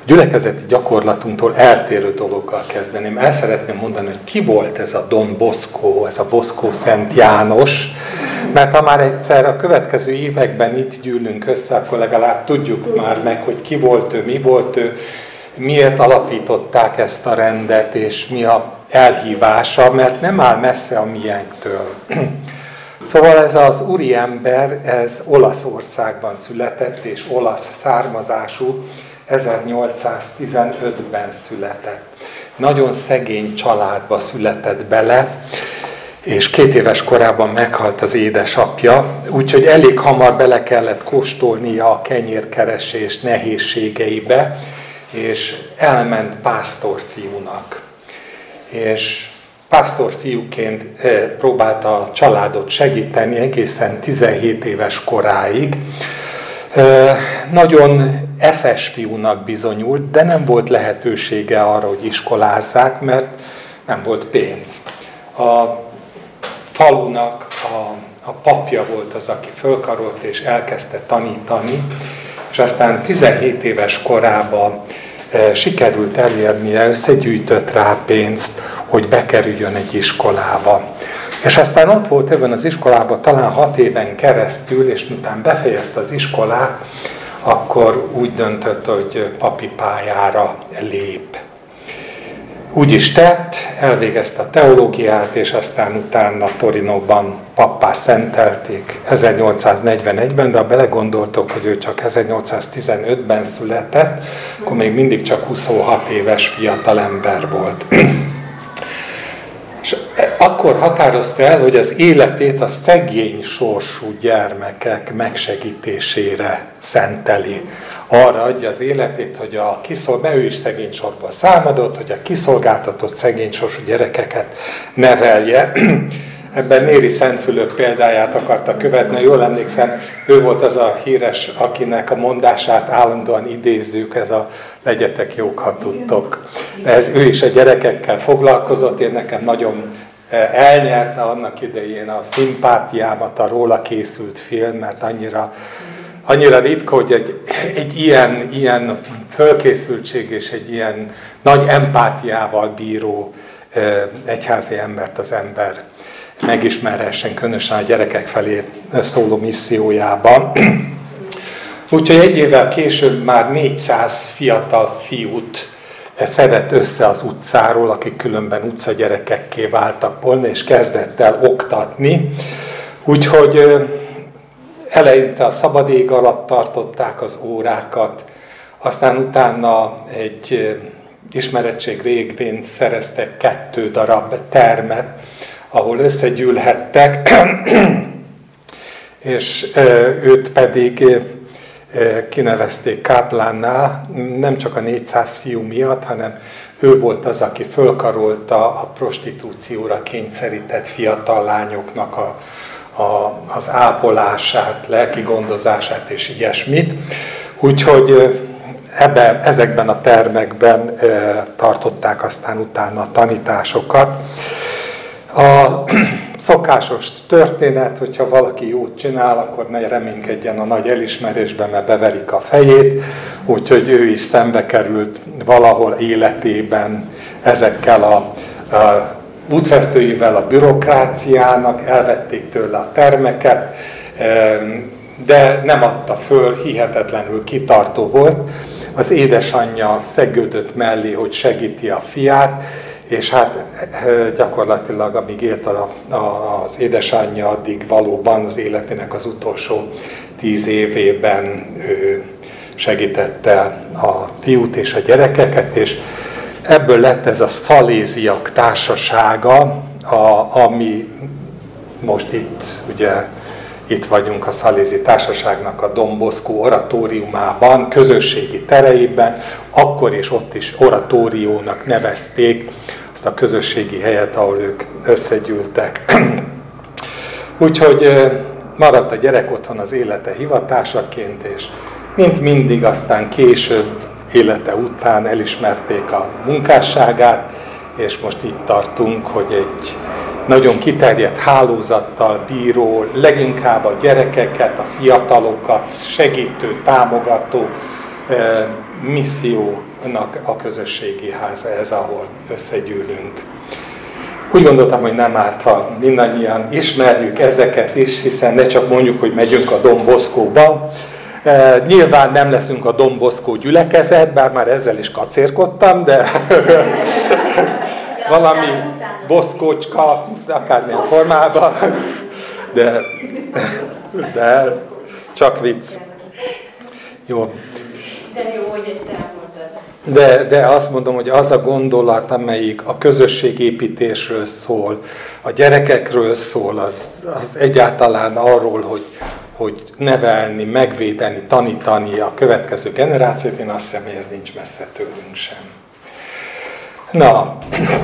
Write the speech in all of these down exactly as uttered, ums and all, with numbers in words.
gyülekezeti gyakorlatunktól eltérő dologgal kezdeném. El szeretném mondani, hogy ki volt ez a Don Bosco, ez a Bosco Szent János, mert ha már egyszer a következő években itt gyűlünk össze, akkor legalább tudjuk már meg, hogy ki volt ő, mi volt ő, miért alapították ezt a rendet, és mi a elhívása, mert nem áll messze a miénktől. Szóval ez az úriember, ez Olaszországban született, és olasz származású, ezernyolcszáztizenötben született. Nagyon szegény családba született bele, és két éves korában meghalt az édesapja, úgyhogy elég hamar bele kellett kóstolnia a kenyérkeresés nehézségeibe, és elment pásztorfiúnak. És pásztorfiúként próbálta a családot segíteni egészen tizenhét éves koráig. Nagyon eszes fiúnak bizonyult, de nem volt lehetősége arra, hogy iskolázzák, mert nem volt pénz. A falunak a, a papja volt az, aki fölkarolt és elkezdte tanítani, és aztán tizenhét éves korában e, sikerült elérnie, összegyűjtött rá pénzt, hogy bekerüljön egy iskolába. És aztán ott volt ebben az iskolában talán hat éven keresztül, és miután befejezte az iskolát, akkor úgy döntött, hogy papi pályára lép. Úgy is tett, elvégezte a teológiát, és aztán utána Torinóban pappá szentelték ezernyolcszáznegyvenegyben, de ha belegondoltok, hogy ő csak ezernyolcszáztizenötben született, akkor még mindig csak huszonhat éves fiatalember volt. És akkor határozta el, hogy az életét a szegény sorsú gyermekek megsegítésére szenteli. Arra adja az életét, hogy a kiszol, mert ő is szegény sorból számadott, hogy a kiszolgáltatott szegény sorsú gyerekeket nevelje. Ebben Néri Szentfülöp példáját akarta követni. Jól emlékszem, ő volt az a híres, akinek a mondását állandóan idézzük, ez a legyetek jók, ha tudtok. Ez, ő is a gyerekekkel foglalkozott, én nekem nagyon elnyerte annak idején a szimpátiámat a róla készült film, mert annyira, annyira ritka, hogy egy, egy ilyen, ilyen fölkészültség és egy ilyen nagy empátiával bíró egyházi embert az ember megismerhessen, különösen a gyerekek felé szóló missziójában. Úgyhogy egy évvel később már négyszáz fiatal fiút szedett össze az utcáról, akik különben utcagyerekekké váltak volna, és kezdett el oktatni. Úgyhogy eleinte a szabad ég alatt tartották az órákat, aztán utána egy ismerettség régvén szereztek kettő darab termet, ahol összegyűlhettek, és őt pedig kinevezték káplánná, nem csak a négyszáz fiú miatt, hanem ő volt az, aki fölkarolta a prostitúcióra kényszerített fiatal lányoknak a, a, az ápolását, lelki gondozását és ilyesmit. Úgyhogy ebben, ezekben a termekben tartották aztán utána a tanításokat. A szokásos történet, hogyha valaki jót csinál, akkor ne reménykedjen a nagy elismerésben, mert beverik a fejét, úgyhogy ő is szembe került valahol életében ezekkel a, a útvesztőivel, a bürokráciának, elvették tőle a termeket, de nem adta föl, hihetetlenül kitartó volt. Az édesanyja szegődött mellé, hogy segíti a fiát, és hát gyakorlatilag amíg élt a, a, az édesanyja, addig valóban az életének az utolsó tíz évében ő segítette a fiút és a gyerekeket, és ebből lett ez a szaléziak társasága, a, ami most itt, ugye itt vagyunk a Szalézi Társaságnak a Don Bosco oratóriumában, közösségi tereiben, akkor és ott is oratóriónak nevezték azt a közösségi helyet, ahol ők összegyűltek. Úgyhogy maradt a gyerek otthon az élete hivatásaként, és mint mindig aztán később élete után elismerték a munkásságát, és most itt tartunk, hogy egy nagyon kiterjedt hálózattal bíró, leginkább a gyerekeket, a fiatalokat segítő, támogató misszió a közösségi háza, ez, ahol összegyűlünk. Úgy gondoltam, hogy nem árt, ha mindannyian ismerjük ezeket is, hiszen ne csak mondjuk, hogy megyünk a Don Boscóba. E, nyilván nem leszünk a Don Bosco gyülekezet, bár már ezzel is kacérkodtam, de valami boszkócska, akármilyen formában, de, de csak vicc. Jó. De jó, hogy ezt elmondtad. De, de azt mondom, hogy az a gondolat, amelyik a közösségépítésről szól, a gyerekekről szól, az, az egyáltalán arról, hogy, hogy nevelni, megvédeni, tanítani a következő generációt, én azt hiszem, hogy ez nincs messze tőlünk sem. Na,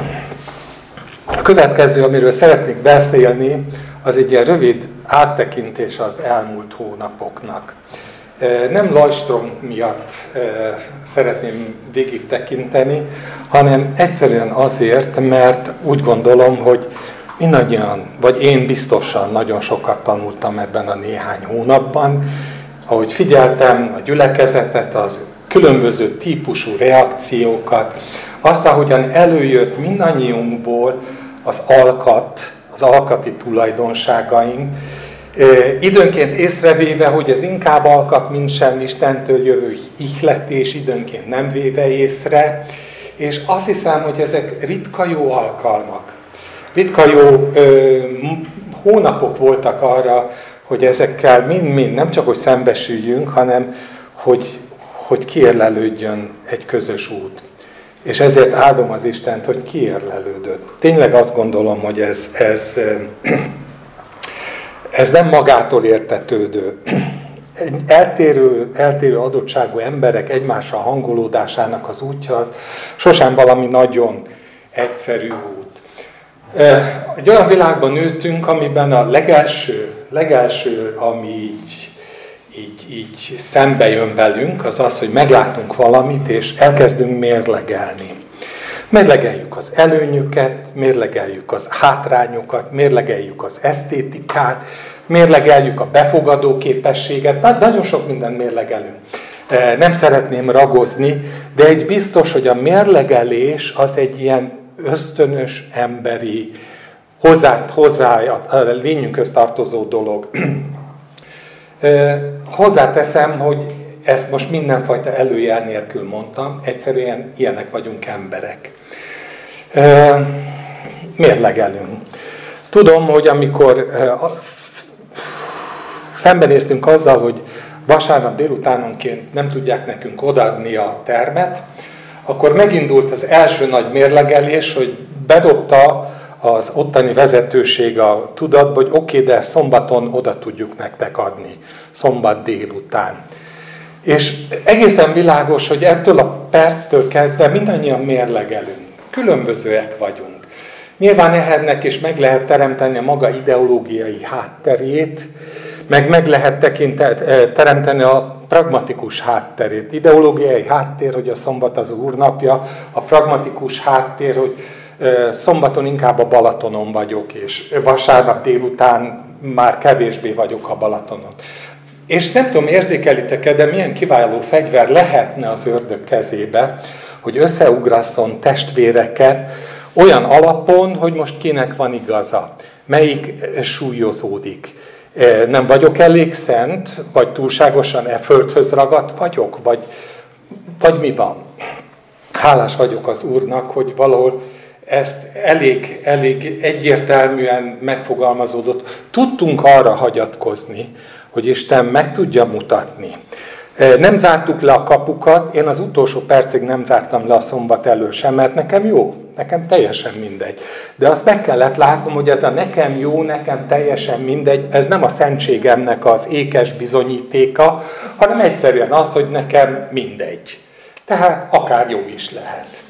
a következő, amiről szeretnék beszélni, az egy ilyen rövid áttekintés az elmúlt hónapoknak. Nem Lajstrom miatt szeretném végig tekinteni, hanem egyszerűen azért, mert úgy gondolom, hogy mindannyian, vagy én biztosan nagyon sokat tanultam ebben a néhány hónapban, ahogy figyeltem a gyülekezetet, az különböző típusú reakciókat, azt, ahogyan előjött mindannyiunkból az alkat, az alkati tulajdonságaink, időnként észrevéve, hogy ez inkább alkat, mint sem Istentől jövő ihletés, időnként nem véve észre, és azt hiszem, hogy ezek ritka jó alkalmak. Ritka jó ö, hónapok voltak arra, hogy ezekkel mind-mind nem csak, hogy szembesüljünk, hanem hogy, hogy kiérlelődjön egy közös út. És ezért áldom az Istent, hogy kiérlelődött. Tényleg azt gondolom, hogy ez... ez Ez nem magától értetődő. Egy eltérő, eltérő adottságú emberek egymással hangolódásának az útja az sosem valami nagyon egyszerű út. Egy olyan világban nőttünk, amiben a legelső, legelső ami így, így, így szembe jön velünk, az az, hogy meglátunk valamit, és elkezdünk mérlegelni. Mérlegeljük az előnyöket, mérlegeljük az hátrányokat, mérlegeljük az esztétikát, mérlegeljük a befogadó képességet, Na, nagyon sok mindent mérlegelünk. Nem szeretném ragozni, de egy biztos, hogy a mérlegelés az egy ilyen ösztönös, emberi, hozzá, hozzá a lényünkhöz tartozó dolog. Hozzáteszem, hogy ezt most mindenfajta előjel nélkül mondtam, egyszerűen ilyenek vagyunk emberek. Mérlegelünk. Tudom, hogy amikor szembenéztünk azzal, hogy vasárnap délutánonként nem tudják nekünk odaadni a termet, akkor megindult az első nagy mérlegelés, hogy bedobta az ottani vezetőség a tudatba, hogy oké, okay, de szombaton oda tudjuk nektek adni, szombat délután. És egészen világos, hogy ettől a perctől kezdve mindannyian mérlegelünk. Különbözőek vagyunk. Nyilván ehhez is meg lehet teremteni a maga ideológiai hátterét, meg meg lehet tekintet, teremteni a pragmatikus hátterét. Ideológiai háttér, hogy a szombat az Úr napja, a pragmatikus háttér, hogy szombaton inkább a Balatonon vagyok, és vasárnap délután már kevésbé vagyok a Balatonon. És nem tudom, érzékelitek-e, de milyen kiváló fegyver lehetne az ördög kezébe, hogy összeugrasszon testvéreket olyan alapon, hogy most kinek van igaza, melyik súlyozódik. Nem vagyok elég szent, vagy túlságosan e földhöz ragadt vagyok, vagy, vagy mi van? Hálás vagyok az Úrnak, hogy valahol ezt elég, elég egyértelműen megfogalmazódott. Tudtunk arra hagyatkozni, hogy Isten meg tudja mutatni. Nem zártuk le a kapukat, én az utolsó percig nem zártam le a szombat elől sem, mert nekem jó, nekem teljesen mindegy. De azt meg kellett látnom, hogy ez a nekem jó, nekem teljesen mindegy, ez nem a szentségemnek az ékes bizonyítéka, hanem egyszerűen az, hogy nekem mindegy. Tehát akár jó is lehet.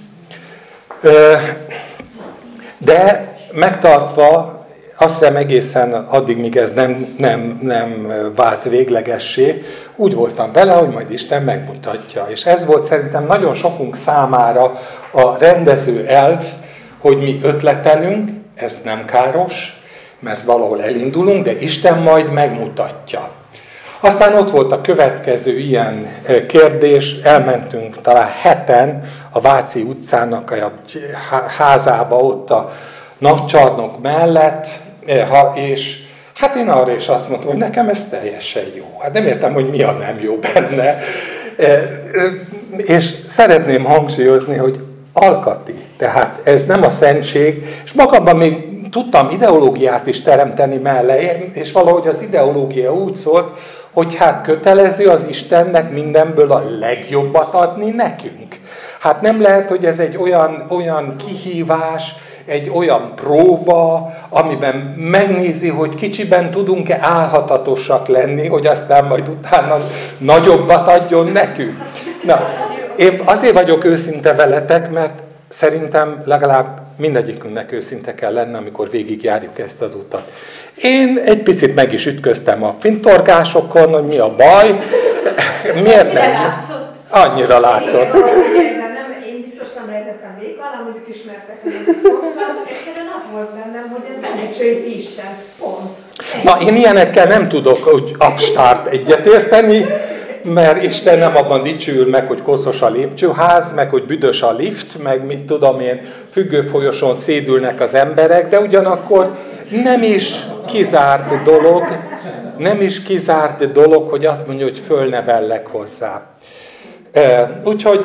De megtartva, azt hiszem egészen addig, míg ez nem, nem, nem vált véglegessé, úgy voltam vele, hogy majd Isten megmutatja. És ez volt szerintem nagyon sokunk számára a rendező elv, hogy mi ötletelünk, ez nem káros, mert valahol elindulunk, de Isten majd megmutatja. Aztán ott volt a következő ilyen kérdés, elmentünk talán heten a Váci utcának a házába, ott a nagycsarnok mellett, és hát én arra is azt mondtam, hogy nekem ez teljesen jó. Hát nem értem, hogy mi a nem jó benne. És szeretném hangsúlyozni, hogy alkati, tehát ez nem a szentség, és magamban még tudtam ideológiát is teremteni mellé, és valahogy az ideológia úgy szólt, hogy hát kötelező az Istennek mindenből a legjobbat adni nekünk. Hát nem lehet, hogy ez egy olyan, olyan kihívás, egy olyan próba, amiben megnézi, hogy kicsiben tudunk-e álhatatosak lenni, hogy aztán majd utána nagyobbat adjon nekünk. Na, én azért vagyok őszinte veletek, mert szerintem legalább mindegyikünknek őszinte kell lenni, amikor végigjárjuk ezt az utat. Én egy picit meg is ütköztem a fintorgásokon, hogy mi a baj. Miért nem? Annyira látszott. Én biztos nem rejtettem végig, hanem mondjuk ismertek, hogy nem szoktam. Egyszerűen az volt bennem, hogy ez nem dicsőíti Isten. Pont. Na, én ilyenekkel nem tudok úgy abstárt egyetérteni, mert Isten nem abban dicsőül meg, hogy koszos a lépcsőház, meg hogy büdös a lift, meg mit tudom én, függőfolyoson szédülnek az emberek, de ugyanakkor nem is kizárt dolog, nem is kizárt dolog, hogy azt mondja, hogy fölnevellek hozzá. Úgyhogy,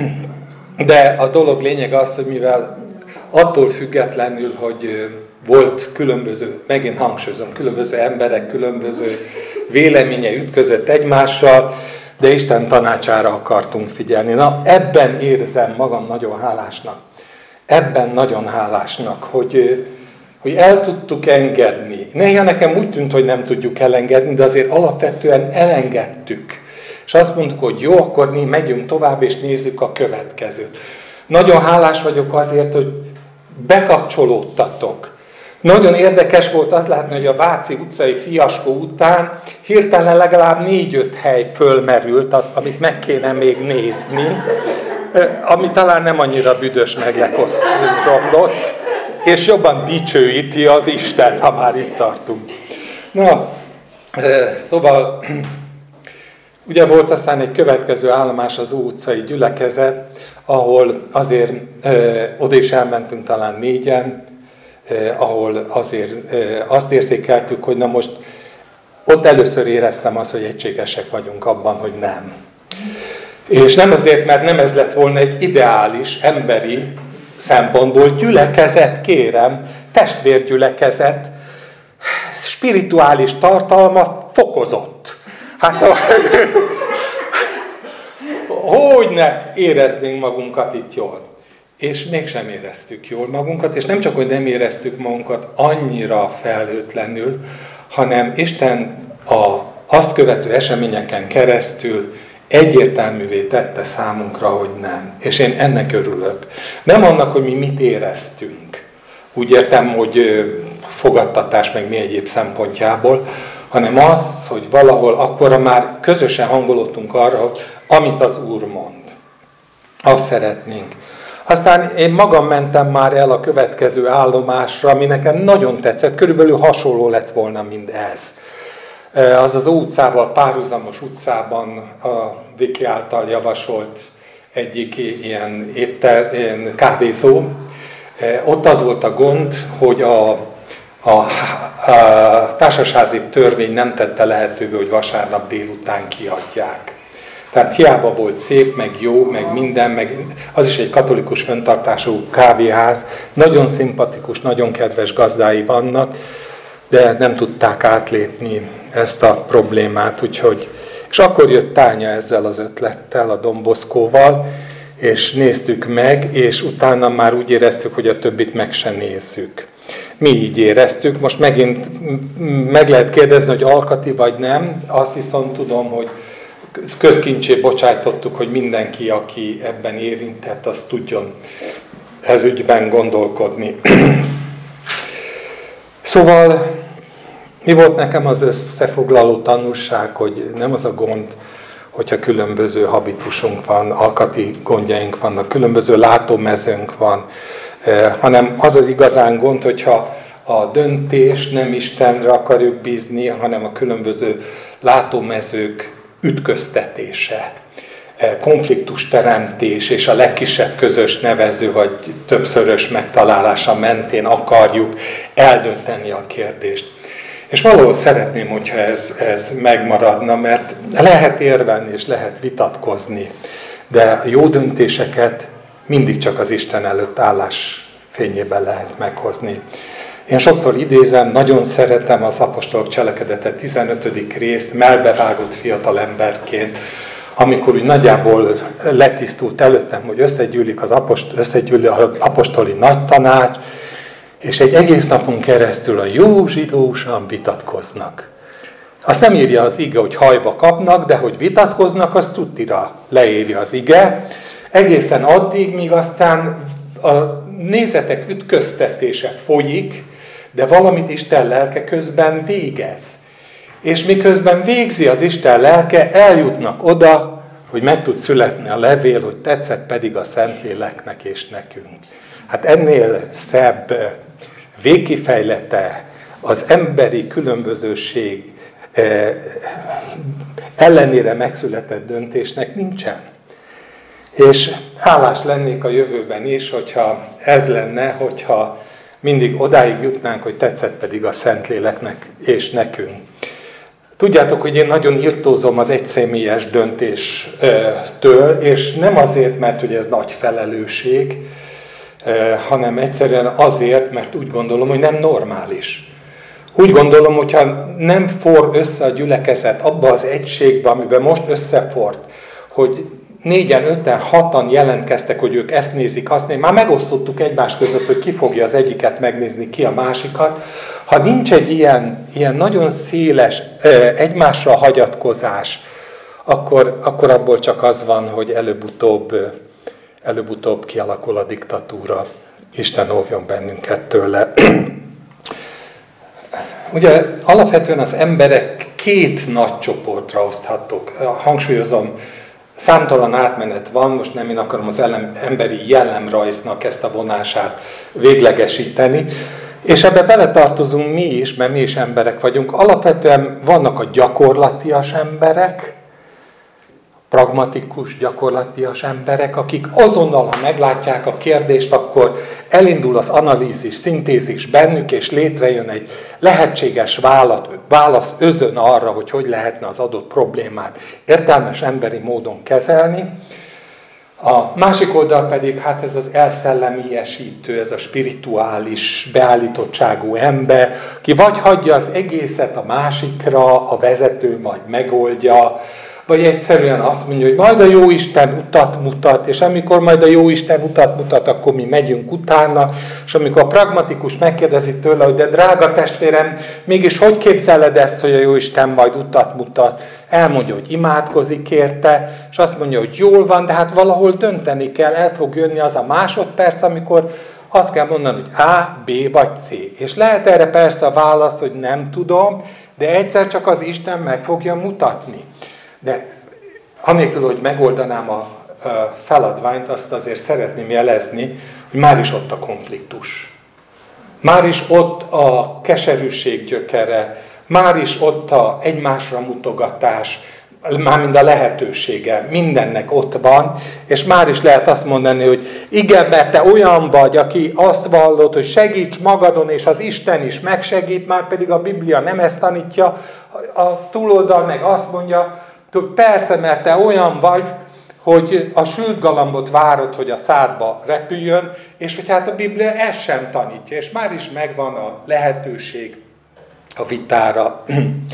de a dolog lényeg az, hogy mivel attól függetlenül, hogy volt különböző, megint hangsúlyozom, különböző emberek, különböző véleménye ütközött egymással, de Isten tanácsára akartunk figyelni. Na, ebben érzem magam nagyon hálásnak. Ebben nagyon hálásnak, hogy, hogy el tudtuk engedni. Néha nekem úgy tűnt, hogy nem tudjuk elengedni, de azért alapvetően elengedtük. És azt mondtuk, hogy jó, akkor mi megyünk tovább, és nézzük a következőt. Nagyon hálás vagyok azért, hogy bekapcsolódtatok. Nagyon érdekes volt az látni, hogy a Váci utcai fiaskó után hirtelen legalább négy-öt hely fölmerült, amit meg kéne még nézni, ami talán nem annyira büdös meg lekosztromlott, és jobban dicsőíti az Isten, ha már itt tartunk. Na, szóval, ugye volt aztán egy következő állomás, az Ó utcai gyülekezet, ahol azért oda is elmentünk talán négyen, Eh, ahol azért eh, azt érzékeltük, hogy na most ott először éreztem azt, hogy egységesek vagyunk abban, hogy nem. És nem azért, mert nem ez lett volna egy ideális, emberi szempontból gyülekezet, kérem, testvérgyülekezet, spirituális tartalma fokozott. Hát hogy ne éreznénk magunkat itt jól. És mégsem éreztük jól magunkat, és nem csak, hogy nem éreztük magunkat annyira felhőtlenül, hanem Isten a azt követő eseményeken keresztül egyértelművé tette számunkra, hogy nem. És én ennek örülök. Nem annak, hogy mi mit éreztünk. Úgy értem, hogy fogadtatás meg mi egyéb szempontjából, hanem az, hogy valahol akkora már közösen hangolódtunk arra, hogy amit az Úr mond, azt szeretnénk. Aztán én magam mentem már el a következő állomásra, ami nekem nagyon tetszett, körülbelül hasonló lett volna, mint ez. Az az Ó utcával párhuzamos utcában a Viki által javasolt egyik ilyen, étel, ilyen kávézó. Ott az volt a gond, hogy a, a, a társasházi törvény nem tette lehetővé, hogy vasárnap délután kiadják. Tehát hiába volt szép, meg jó, meg minden, meg az is egy katolikus fenntartású kávéház. Nagyon szimpatikus, nagyon kedves gazdái vannak, de nem tudták átlépni ezt a problémát. Úgyhogy, és akkor jött Tánya ezzel az ötlettel, a Domboszkóval, és néztük meg, és utána már úgy éreztük, hogy a többit meg se nézzük. Mi így éreztük. Most megint meg lehet kérdezni, hogy alkati vagy nem. Azt viszont tudom, hogy közkincsé bocsájtottuk, hogy mindenki, aki ebben érintett, az tudjon ez ügyben gondolkodni. Szóval mi volt nekem az összefoglaló tanulság, hogy nem az a gond, hogyha különböző habitusunk van, alkati gondjaink vannak, különböző látómezőnk van, hanem az az igazán gond, hogyha a döntés nem Istenre akarjuk bízni, hanem a különböző látómezők ütköztetése, konfliktus teremtés és a legkisebb közös nevező vagy többszörös megtalálása mentén akarjuk eldönteni a kérdést. És valahol szeretném, hogyha ez, ez megmaradna, mert lehet érvelni és lehet vitatkozni, de a jó döntéseket mindig csak az Isten előtt állás fényében lehet meghozni. Én sokszor idézem, nagyon szeretem az Apostolok Cselekedete tizenötödik részt mellbevágott fiatalemberként, amikor úgy nagyjából letisztult előttem, hogy összegyűlik az apost, összegyűlik az apostoli nagy tanács, és egy egész napon keresztül a jó zsidósan vitatkoznak. Azt nem írja az ige, hogy hajba kapnak, de hogy vitatkoznak, azt tudtira leírja az ige. Egészen addig, míg aztán a nézetek ütköztetése folyik, de valamit Isten lelke közben végez. És miközben végzi az Isten lelke, eljutnak oda, hogy meg tud születni a levél, hogy tetszett pedig a Szentléleknek és nekünk. Hát ennél szebb végkifejlete az emberi különbözőség ellenére megszületett döntésnek nincsen. És hálás lennék a jövőben is, hogyha ez lenne, hogyha mindig odáig jutnánk, hogy tetszett pedig a Szentléleknek és nekünk. Tudjátok, hogy én nagyon irtózom az egyszemélyes döntéstől, és nem azért, mert hogy ez nagy felelősség, hanem egyszerűen azért, mert úgy gondolom, hogy nem normális. Úgy gondolom, hogyha nem for össze a gyülekezet abba az egységbe, amiben most összefort, hogy négyen, öten, hatan jelentkeztek, hogy ők ezt nézik, azt nézik, már megosztottuk egymás között, hogy ki fogja az egyiket megnézni, ki a másikat. Ha nincs egy ilyen, ilyen nagyon széles egymásra hagyatkozás, akkor, akkor abból csak az van, hogy előbb-utóbb, előbb-utóbb kialakul a diktatúra. Isten óvjon bennünket tőle. Ugye alapvetően az emberek két nagy csoportra oszthatók. Hangsúlyozom, számtalan átmenet van, most nem én akarom az emberi jellemrajznak ezt a vonását véglegesíteni, és ebbe beletartozunk mi is, mert mi is emberek vagyunk. Alapvetően vannak a gyakorlatias emberek, pragmatikus, gyakorlatias emberek, akik azonnal, ha meglátják a kérdést, akkor elindul az analízis, szintézis bennük, és létrejön egy lehetséges válasz özön arra, hogy hogy lehetne az adott problémát értelmes emberi módon kezelni. A másik oldal pedig, hát ez az elszellemiesítő, ez a spirituális beállítottságú ember, ki vagy hagyja az egészet a másikra, a vezető majd megoldja, vagy egyszerűen azt mondja, hogy majd a Jóisten utat mutat, és amikor majd a Jóisten utat mutat, akkor mi megyünk utána, és amikor a pragmatikus megkérdezi tőle, hogy de drága testvérem, mégis hogy képzeled ezt, hogy a Jóisten majd utat mutat? Elmondja, hogy imádkozik érte, és azt mondja, hogy jól van, de hát valahol dönteni kell, el fog jönni az a másodperc, amikor azt kell mondani, hogy A, B vagy C. És lehet erre persze a válasz, hogy nem tudom, de egyszer csak az Isten meg fogja mutatni. De anélkül, hogy megoldanám a feladványt, azt azért szeretném jelezni, hogy már is ott a konfliktus. Már is ott a keserűség gyökere, már is ott a egymásra mutogatás, mármint a lehetősége, mindennek ott van, és már is lehet azt mondani, hogy igen, mert te olyan vagy, aki azt vallod, hogy segíts magadon, és az Isten is megsegít, már pedig a Biblia nem ezt tanítja, a túloldal meg azt mondja, hogy persze, mert te olyan vagy, hogy a sült galambot várod, hogy a szádba repüljön, és hogy hát a Biblia ezt sem tanítja, és már is megvan a lehetőség a vitára.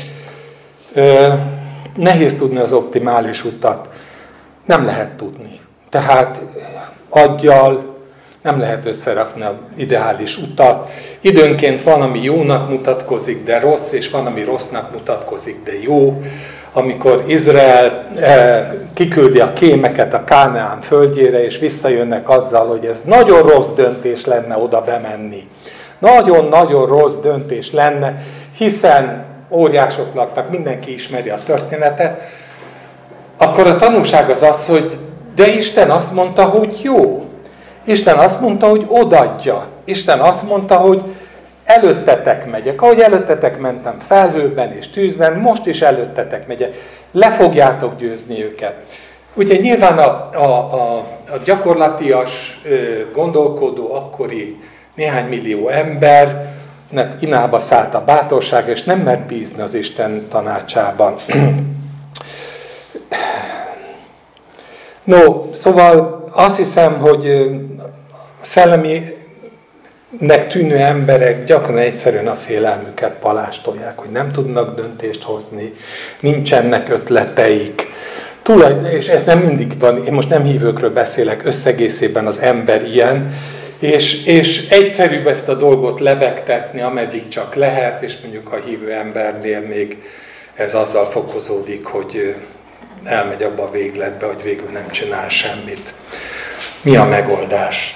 Nehéz tudni az optimális utat. Nem lehet tudni. Tehát aggyal nem lehet összerakni az ideális utat. Időnként van, ami jónak mutatkozik, de rossz, és van, ami rossznak mutatkozik, de jó. Amikor Izrael eh, kiküldi a kémeket a Kánaán földjére, és visszajönnek azzal, hogy ez nagyon rossz döntés lenne oda bemenni. Nagyon-nagyon rossz döntés lenne, hiszen óriások laknak, mindenki ismeri a történetet, akkor a tanulság az az, hogy de Isten azt mondta, hogy jó. Isten azt mondta, hogy odaadja. Isten azt mondta, hogy előttetek megyek, ahogy előttetek mentem felhőben és tűzben, most is előttetek megyek, le fogjátok győzni őket. Ugye nyilván a, a, a, a gyakorlatias, gondolkodó akkori néhány millió embernek inába szállt a bátorság, és nem mert bízni az Isten tanácsában. No, szóval azt hiszem, hogy szelleminek tűnő emberek gyakran egyszerűen a félelmüket palástolják, hogy nem tudnak döntést hozni, nincsenek ötleteik. És ez nem mindig van, én most nem hívőkről beszélek, összegészében az ember ilyen, és, és egyszerűbb ezt a dolgot lebegtetni, ameddig csak lehet, és mondjuk a hívő embernél még ez azzal fokozódik, hogy elmegy abba a végletbe, hogy végül nem csinál semmit. Mi a megoldás?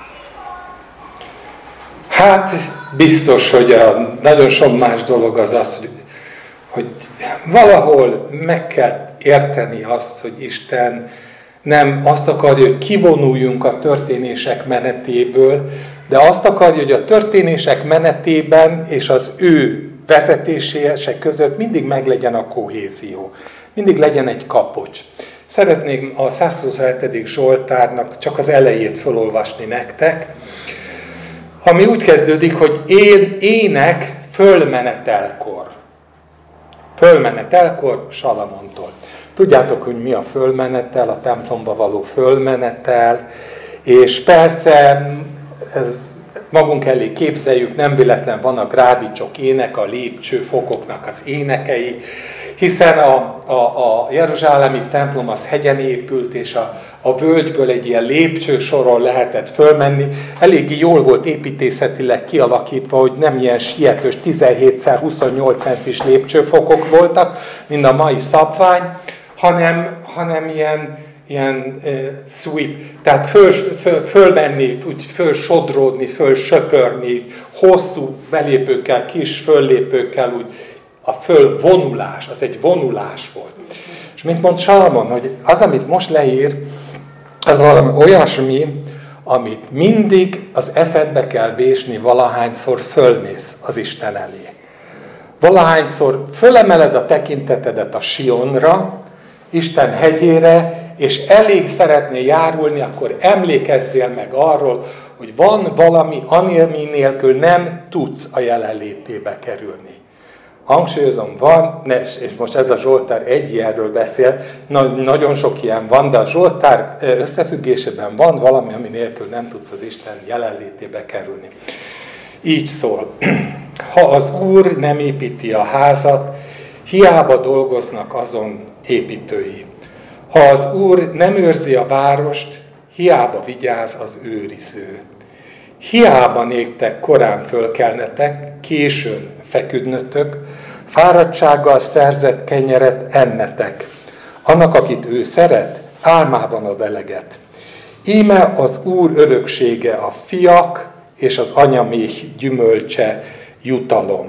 Hát biztos, hogy a nagyon sok más dolog az az, hogy, hogy valahol meg kell érteni azt, hogy Isten nem azt akarja, hogy kivonuljunk a történések menetéből, de azt akarja, hogy a történések menetében és az ő vezetése között mindig meglegyen a kohézió. Mindig legyen egy kapocs. Szeretnék a százhuszonhetedik Zsoltárnak csak az elejét felolvasni nektek, ami úgy kezdődik, hogy én, ének fölmenetelkor. Fölmenetelkor Salamontól. Tudjátok, hogy mi a fölmenetel, a templomba való fölmenetel, és persze ez magunk elé képzeljük, nem véletlen van a grádicsok ének, a lépcsőfokoknak az énekei, hiszen a, a, a jeruzsálemi templom az hegyen épült, és a, a völgyből egy ilyen lépcsősoron lehetett fölmenni. Eléggé jól volt építészetileg kialakítva, hogy nem ilyen sietős tizenhét szer huszonnyolc centis lépcsőfokok voltak, mint a mai szabvány, hanem, hanem ilyen, ilyen uh, sweep, tehát föl, föl, fölmenni, úgy fölsodródni, fölsöpörni, hosszú belépőkkel, kis föllépőkkel, úgy a fölvonulás, az egy vonulás volt. És mint mond Salamon, hogy az, amit most leír, az valami olyasmi, amit mindig az eszedbe kell vésni, valahányszor fölmész az Isten elé. Valahányszor fölemeled a tekintetedet a Sionra, Isten hegyére, és elég szeretnél járulni, akkor emlékezzél meg arról, hogy van valami, ami nélkül nem tudsz a jelenlétébe kerülni. Hangsúlyozom, van, és most ez a Zsoltár egy ilyenről beszél, nagyon sok ilyen van, de a Zsoltár összefüggésében van valami, ami nélkül nem tudsz az Isten jelenlétébe kerülni. Így szól, ha az Úr nem építi a házat, hiába dolgoznak azon építői. Ha az Úr nem őrzi a várost, hiába vigyáz az őriző. Hiába néktek korán fölkelnetek, későn feküdnötök, fáradtsággal szerzett kenyeret ennetek. Annak, akit ő szeret, álmában ad eleget. Íme az Úr öröksége a fiak, és az anyaméh gyümölcse jutalom.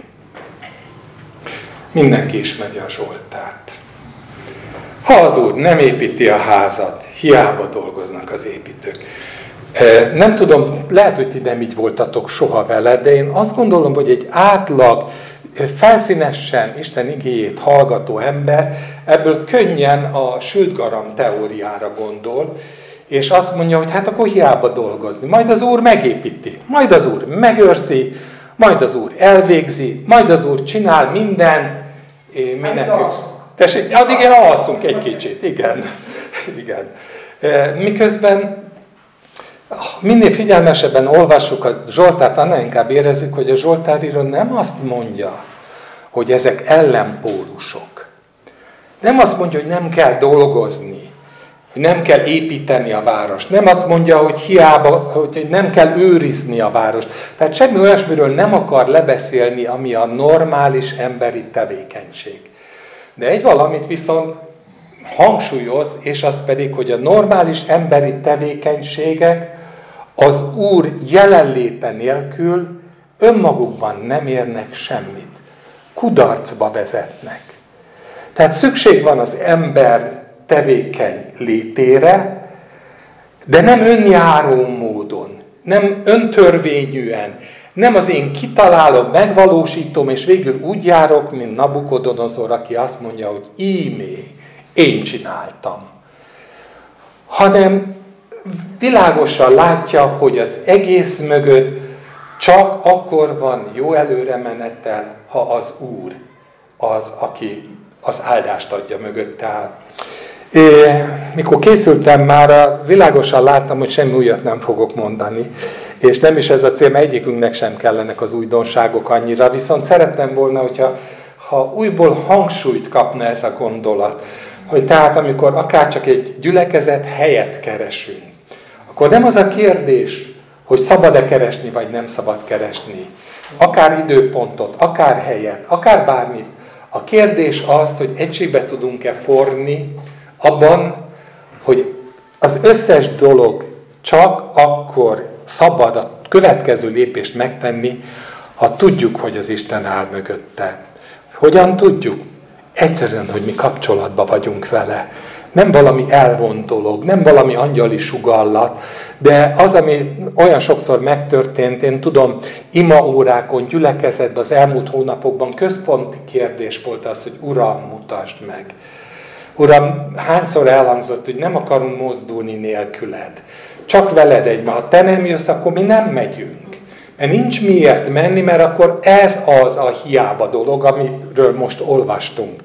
Mindenki ismeri a Zsoltárt. Ha az Úr nem építi a házat, hiába dolgoznak az építők. Nem tudom, lehet, hogy ti nem így voltatok soha vele, de én azt gondolom, hogy egy átlag, felszínesen Isten igéjét hallgató ember ebből könnyen a sült garam teóriára gondol, és azt mondja, hogy hát akkor hiába dolgozni. Majd az Úr megépíti, majd az Úr megőrzi, majd az Úr elvégzi, majd az Úr csinál mindent. Mi nekünk... Tessék, addig én alszunk egy kicsit, igen. igen. Miközben minél figyelmesebben olvassuk a Zsoltárt, annál inkább érezzük, hogy a Zsoltáríró nem azt mondja, hogy ezek ellenpólusok. Nem azt mondja, hogy nem kell dolgozni, hogy nem kell építeni a várost. Nem azt mondja, hogy hiába, hogy nem kell őrizni a várost. Tehát semmi olyasmiről nem akar lebeszélni, ami a normális emberi tevékenység. De egy valamit viszont hangsúlyoz, és az pedig, hogy a normális emberi tevékenységek az Úr jelenléte nélkül önmagukban nem érnek semmit. Kudarcba vezetnek. Tehát szükség van az ember tevékeny létére, de nem önjáró módon, nem öntörvényűen, Nem az én kitalálom, megvalósítom, és végül úgy járok, mint Nabukodonozor, aki azt mondja, hogy ímé, én csináltam. Hanem világosan látja, hogy az egész mögött csak akkor van jó előremenettel, ha az Úr az, aki az áldást adja mögött áll. É, mikor készültem már, világosan láttam, hogy semmi újat nem fogok mondani, és nem is ez a cél, mert egyikünknek sem kellenek az újdonságok annyira, viszont szeretném volna, hogyha ha újból hangsúlyt kapna ez a gondolat, hogy tehát amikor akár csak egy gyülekezet helyet keresünk, akkor nem az a kérdés, hogy szabad-e keresni, vagy nem szabad keresni. Akár időpontot, akár helyet, akár bármit. A kérdés az, hogy egységbe tudunk-e forni abban, hogy az összes dolog csak akkor szabad a következő lépést megtenni, ha tudjuk, hogy az Isten áll mögötte. Hogyan tudjuk? Egyszerűen, hogy mi kapcsolatban vagyunk vele. Nem valami elvont dolog, nem valami angyali sugallat, de az, ami olyan sokszor megtörtént, én tudom, imaórákon, gyülekezetben az elmúlt hónapokban központi kérdés volt az, hogy Uram, mutasd meg. Uram, hányszor elhangzott, hogy nem akarunk mozdulni nélküled. Csak veled egyben. Ha te nem jössz, akkor mi nem megyünk. Mert nincs miért menni, mert akkor ez az a hiába dolog, amiről most olvastunk.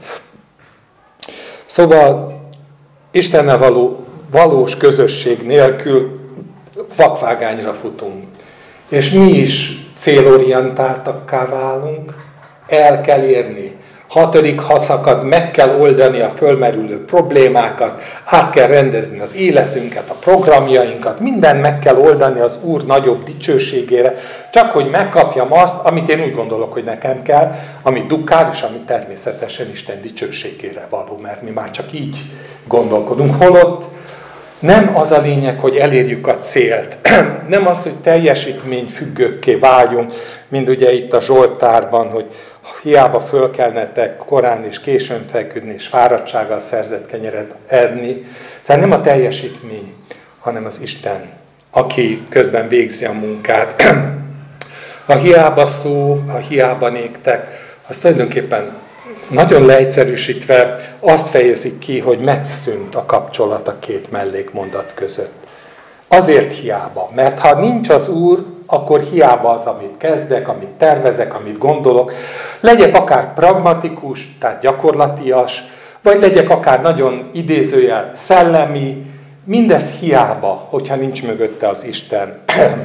Szóval Istennel való valós közösség nélkül vakvágányra futunk. És mi is célorientáltakká válunk, el kell érni. Hatodik szakad, meg kell oldani a fölmerülő problémákat, át kell rendezni az életünket, a programjainkat, mindent meg kell oldani az Úr nagyobb dicsőségére, csak hogy megkapjam azt, amit én úgy gondolok, hogy nekem kell, ami dukál, és ami természetesen Isten dicsőségére való, mert mi már csak így gondolkodunk. Holott nem az a lényeg, hogy elérjük a célt, nem az, hogy teljesítményfüggőkké váljunk, mint ugye itt a Zsoltárban, hogy hiába fölkelnetek korán és későn feküdni, és fáradtsággal szerzett kenyeret enni. Tehát nem a teljesítmény, hanem az Isten, aki közben végzi a munkát. A hiába szó, a hiába néktek, az tulajdonképpen nagyon leegyszerűsítve azt fejezik ki, hogy megszűnt a kapcsolat a két mellékmondat között. Azért hiába, mert ha nincs az Úr, akkor hiába az, amit kezdek, amit tervezek, amit gondolok. Legyek akár pragmatikus, tehát gyakorlatias, vagy legyek akár nagyon idézőjel szellemi, mindez hiába, hogyha nincs mögötte az Isten.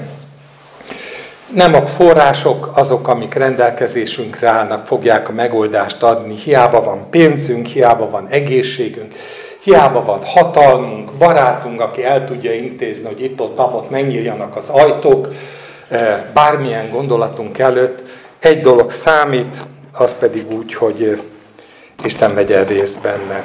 Nem a források azok, amik rendelkezésünkre állnak, fogják a megoldást adni. Hiába van pénzünk, hiába van egészségünk, hiába van hatalmunk, barátunk, aki el tudja intézni, hogy itt-ott, ott megnyíljanak az ajtók, bármilyen gondolatunk előtt. Egy dolog számít, az pedig úgy, hogy Isten vegyen részt benne.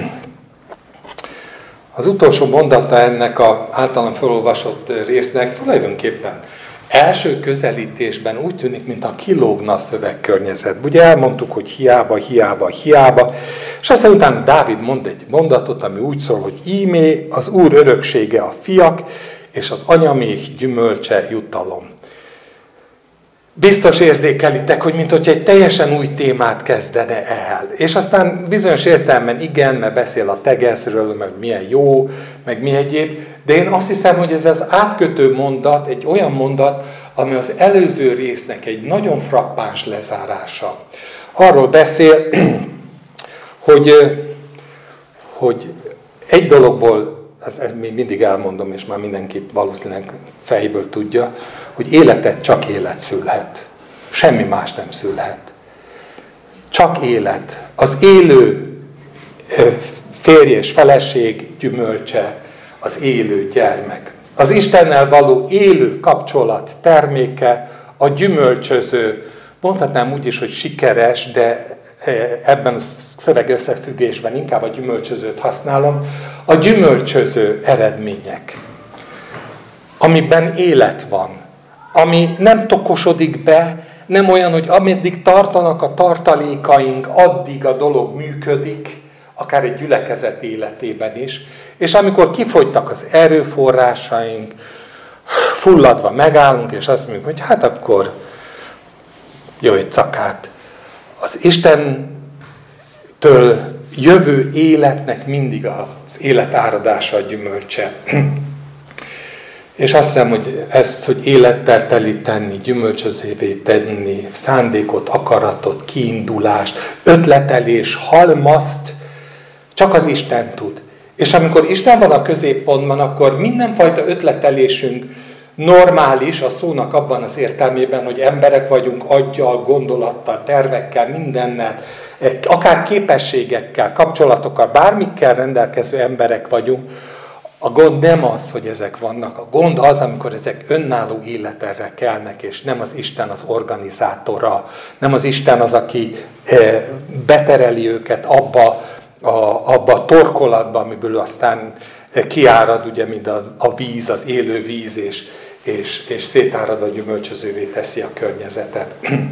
Az utolsó mondata ennek az általam felolvasott résznek tulajdonképpen első közelítésben úgy tűnik, mintha kilógna a szövegkörnyezet. Ugye elmondtuk, hogy hiába, hiába, hiába, és aztán utána Dávid mond egy mondatot, ami úgy szól, hogy íme az Úr öröksége a fiak, és az anyaméh gyümölcse jutalom. Biztos érzékelitek, hogy mint hogy egy teljesen új témát kezdene el. És aztán bizonyos értelemben igen, mert beszél a tegezről, meg milyen jó, meg mi egyéb, de én azt hiszem, hogy ez az átkötő mondat, egy olyan mondat, ami az előző résznek egy nagyon frappáns lezárása. Arról beszél, hogy, hogy egy dologból, ezt még mindig elmondom, és már mindenki valószínűleg fejből tudja, hogy életet csak élet szülhet. Semmi más nem szülhet. Csak élet. Az élő férj és feleség gyümölcse, az élő gyermek. Az Istennel való élő kapcsolat terméke, a gyümölcsöző, mondhatnám úgy is, hogy sikeres, de ebben a szöveg összefüggésben inkább a gyümölcsözőt használom, a gyümölcsöző eredmények, amiben élet van, ami nem tokosodik be, nem olyan, hogy ameddig tartanak a tartalékaink, addig a dolog működik, akár egy gyülekezet életében is, és amikor kifogytak az erőforrásaink, fulladva megállunk, és azt mondjuk, hogy hát akkor Jó, egy cakát. Az Istentől jövő életnek mindig az élet áradása a gyümölcse. És azt hiszem, hogy ezt, hogy élettel telíteni, gyümölcsözévé tenni, szándékot, akaratot, kiindulást, ötletelés, halmazt, csak az Isten tud. És amikor Isten van a középpontban, akkor mindenfajta ötletelésünk normális a szónak abban az értelmében, hogy emberek vagyunk aggyal, gondolattal, tervekkel, mindennel, akár képességekkel, kapcsolatokkal, bármikkel rendelkező emberek vagyunk. A gond nem az, hogy ezek vannak. A gond az, amikor ezek önálló életerre kelnek, és nem az Isten az organizátora, nem az Isten az, aki betereli őket abba a, abba a torkolatba, amiből aztán kiárad, ugye, mint a, a víz, az élő víz, és, és, és szétáradva gyümölcsözővé teszi a környezetet.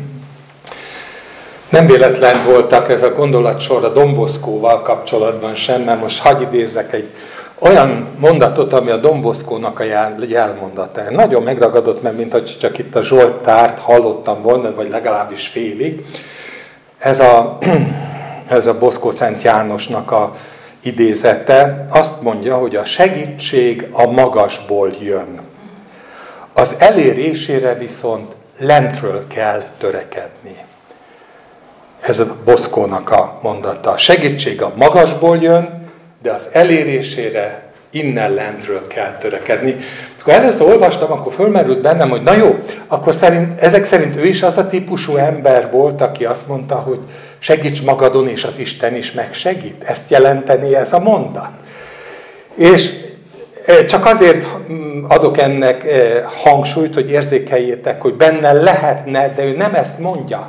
Nem véletlen voltak ez a gondolatsor a Don Boscóval kapcsolatban sem, mert most hadd idézzek egy olyan mondatot, ami a Don Boscónak a jel, jelmondata. Nagyon megragadott, mert mint hogy csak itt a Zsoltárt hallottam volna, vagy legalábbis félig. Ez a, ez a Bosco Szent Jánosnak a idézete azt mondja, hogy a segítség a magasból jön. Az elérésére viszont lentről kell törekedni. Ez a Boscónak a mondata. A segítség a magasból jön, de az elérésére innen lentről kell törekedni. Akkor először olvastam, akkor fölmerült bennem, hogy na jó, akkor szerint, ezek szerint ő is az a típusú ember volt, aki azt mondta, hogy segíts magadon, és az Isten is megsegít. Ezt jelenteni ez a mondat. És csak azért adok ennek hangsúlyt, hogy érzékeljétek, hogy benne lehetne, de ő nem ezt mondja.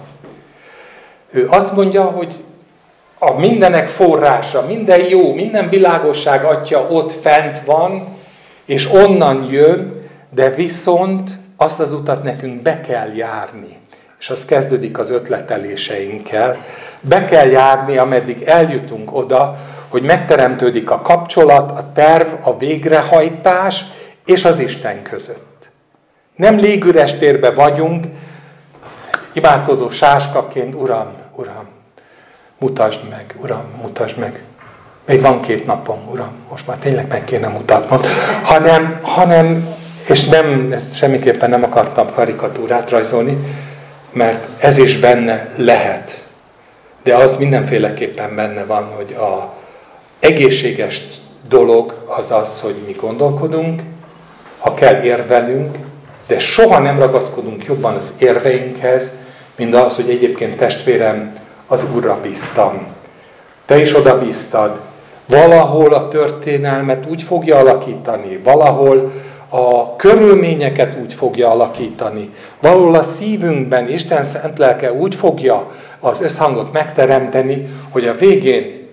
Ő azt mondja, hogy a mindenek forrása, minden jó, minden világosság atya ott fent van, és onnan jön, de viszont azt az utat nekünk be kell járni. És az kezdődik az ötleteléseinkkel. Be kell járni, ameddig eljutunk oda, hogy megteremtődik a kapcsolat, a terv, a végrehajtás és az Isten között. Nem légüres térben vagyunk, imádkozó sáskaként, Uram, Uram, mutasd meg, Uram, mutasd meg. Még van két napom, Uram, most már tényleg meg kéne mutatnod. Hanem, hanem és nem, ezt semmiképpen nem akartam karikatúrát rajzolni, mert ez is benne lehet. De az mindenféleképpen benne van, hogy a egészséges dolog az az, hogy mi gondolkodunk, ha kell érvelünk, de soha nem ragaszkodunk jobban az érveinkhez, mint az, hogy egyébként testvérem, az Úrra bíztam. Te is oda bíztad. Valahol a történelmet úgy fogja alakítani, valahol a körülményeket úgy fogja alakítani, valahol a szívünkben Isten szent lelke úgy fogja az összhangot megteremteni, hogy a végén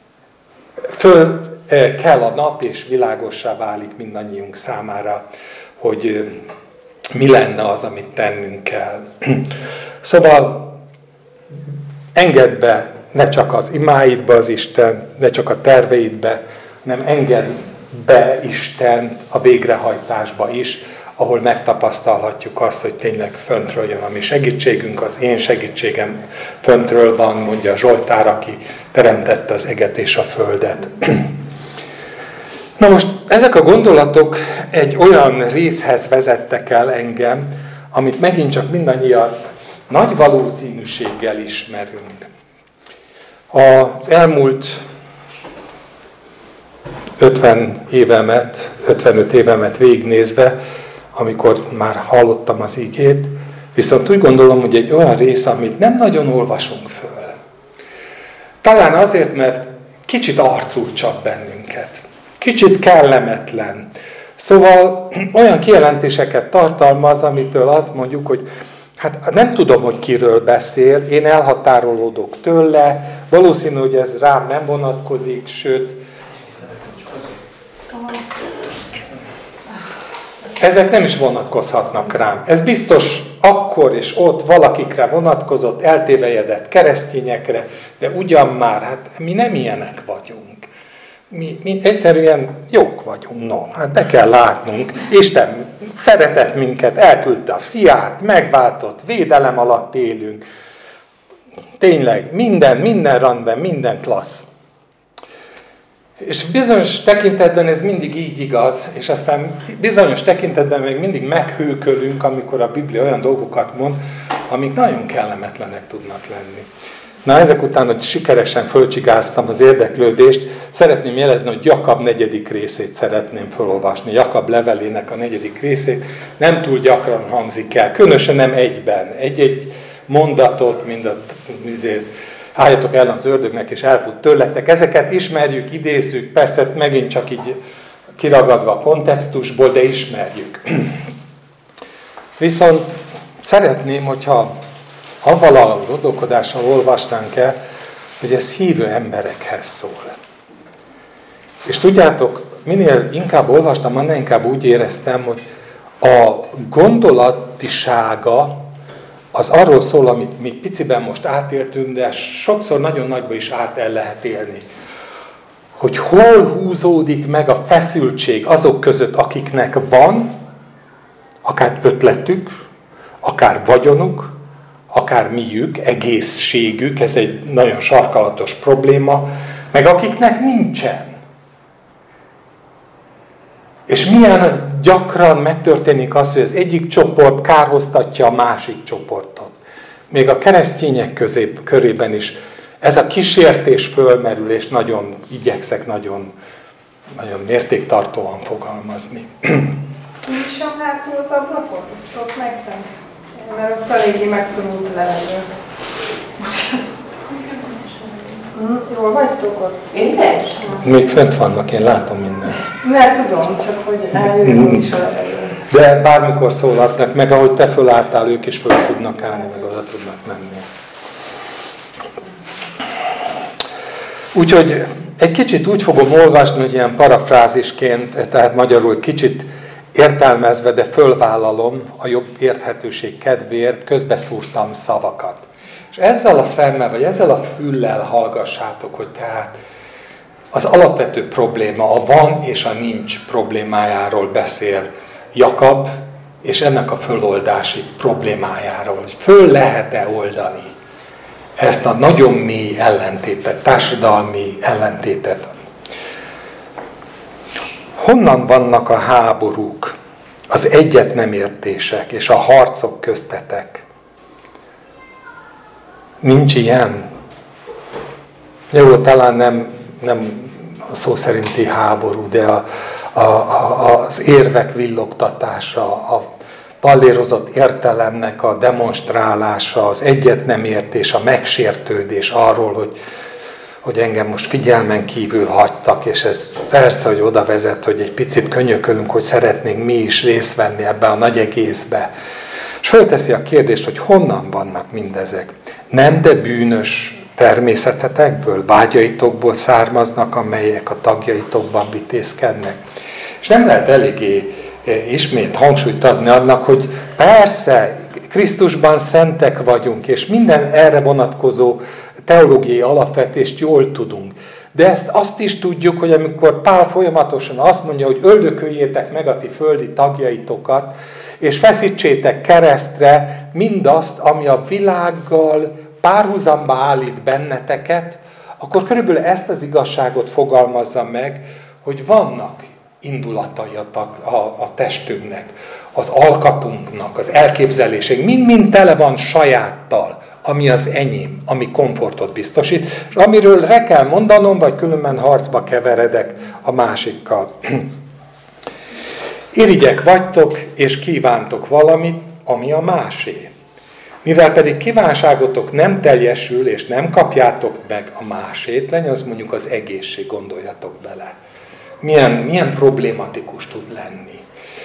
föl kell a nap, és világossá válik mindannyiunk számára, hogy mi lenne az, amit tennünk kell. Szóval engedd be ne csak az imáidba az Isten, ne csak a terveidbe, hanem engedd be Istent a végrehajtásba is, ahol megtapasztalhatjuk azt, hogy tényleg föntről jön a mi segítségünk, az én segítségem föntről van, mondja Zsoltár, aki teremtette az eget és a földet. Na most ezek a gondolatok egy olyan részhez vezettek el engem, amit megint csak mindannyian nagy valószínűséggel ismerünk. Az elmúlt ötven évemet, ötvenöt évemet végignézve, amikor már hallottam az igét, viszont úgy gondolom, hogy egy olyan rész, amit nem nagyon olvasunk föl. Talán azért, mert kicsit arcul csap bennünket. Kicsit kellemetlen. Szóval olyan kijelentéseket tartalmaz, amitől azt mondjuk, hogy hát nem tudom, hogy kiről beszél, én elhatárolódok tőle, valószínű, hogy ez rám nem vonatkozik, sőt, ezek nem is vonatkozhatnak rám. Ez biztos akkor és ott valakikre vonatkozott, eltévejedett keresztényekre, de ugyan már, hát mi nem ilyenek vagyunk. mi, mi egyszerűen jók vagyunk, no, hát be kell látnunk. Isten szeretett minket, elküldte a fiát, megváltott, védelem alatt élünk. Tényleg, minden, minden rendben, minden klassz. És bizonyos tekintetben ez mindig így igaz, és aztán bizonyos tekintetben még mindig meghőkölünk, amikor a Biblia olyan dolgokat mond, amik nagyon kellemetlenek tudnak lenni. Na, ezek után, hogy sikeresen fölcsigáztam az érdeklődést, szeretném jelezni, hogy Jakab negyedik részét szeretném felolvasni. Jakab levelének a negyedik részét nem túl gyakran hangzik el, különösen nem egyben. Egy-egy mondatot, mind a azért, álljatok ellen az ördögnek, és elfut tőletek. Ezeket ismerjük, idézzük, persze megint csak így kiragadva a kontextusból, de ismerjük. Viszont szeretném, hogyha avval a gondolkodással olvastánk el, hogy ez hívő emberekhez szól. És tudjátok, minél inkább olvastam, annál inkább úgy éreztem, hogy a gondolatisága az arról szól, amit mi piciben most átéltünk, de sokszor nagyon nagyban is át el lehet élni. Hogy hol húzódik meg a feszültség azok között, akiknek van, akár ötletük, akár vagyonuk, akár miük, egészségük, ez egy nagyon sarkalatos probléma, meg akiknek nincsen. És milyen gyakran megtörténik az, hogy az egyik csoport kárhoztatja a másik csoportot. Még a keresztények közép, körében is ez a kísértés fölmerül, és nagyon igyekszek nagyon, nagyon mértéktartóan fogalmazni. Nyissam hátul az ablakot, azt ott megtem. Mert ott eléggé megszorult a levegő. Jól vagytok ott? Én teljesen. Még fent vannak, én látom mindent. Mert tudom, csak hogy eljön is a levegő. De bármikor szólaltnak meg, ahogy te fölálltál, ők is föl tudnak állni, meg oda tudnak menni. Úgyhogy egy kicsit úgy fogom olvasni, hogy ilyen parafrázisként, tehát magyarul kicsit értelmezve, de fölvállalom a jobb érthetőség kedvéért, közbeszúrtam szavakat. És ezzel a szemmel, vagy ezzel a füllel hallgassátok, hogy tehát az alapvető probléma, a van és a nincs problémájáról beszél Jakab, és ennek a föloldási problémájáról, hogy föl lehet-e oldani ezt a nagyon mély ellentétet, társadalmi ellentétet. Honnan vannak a háborúk, az egyet nem értések és a harcok köztetek? Nincs ilyen? Jó, talán nem, nem a szó szerinti háború, de a, a, a, az érvek villogtatása, a pallérozott értelemnek a demonstrálása, az egyet nem értés, a megsértődés arról, hogy, hogy engem most figyelmen kívül hagytak, és ez persze, hogy oda vezet, hogy egy picit könyökölünk, hogy szeretnénk mi is részt venni ebbe a nagy egészbe. És fölteszi a kérdést, hogy honnan vannak mindezek. Nem, de bűnös természetetekből, vágyaitokból származnak, amelyek a tagjaitokban vitézkednek. És nem lehet eléggé ismét hangsúlyt adni annak, hogy persze, Krisztusban szentek vagyunk, és minden erre vonatkozó teológiai alapvetést jól tudunk. De ezt azt is tudjuk, hogy amikor Pál folyamatosan azt mondja, hogy öldököljétek meg a ti földi tagjaitokat, és feszítsétek keresztre mindazt, ami a világgal párhuzamba állít benneteket, akkor körülbelül ezt az igazságot fogalmazza meg, hogy vannak indulatai a, a, a testünknek, az alkatunknak, az elképzeléseink, mind-mind tele van sajáttal, ami az enyém, ami komfortot biztosít, és amiről re kell mondanom, vagy különben harcba keveredek a másikkal. Irigyek vagytok, és kívántok valamit, ami a másé. Mivel pedig kívánságotok nem teljesül, és nem kapjátok meg a másét, legyen az mondjuk az egészség, gondoljatok bele. Milyen, milyen problématikus tud lenni.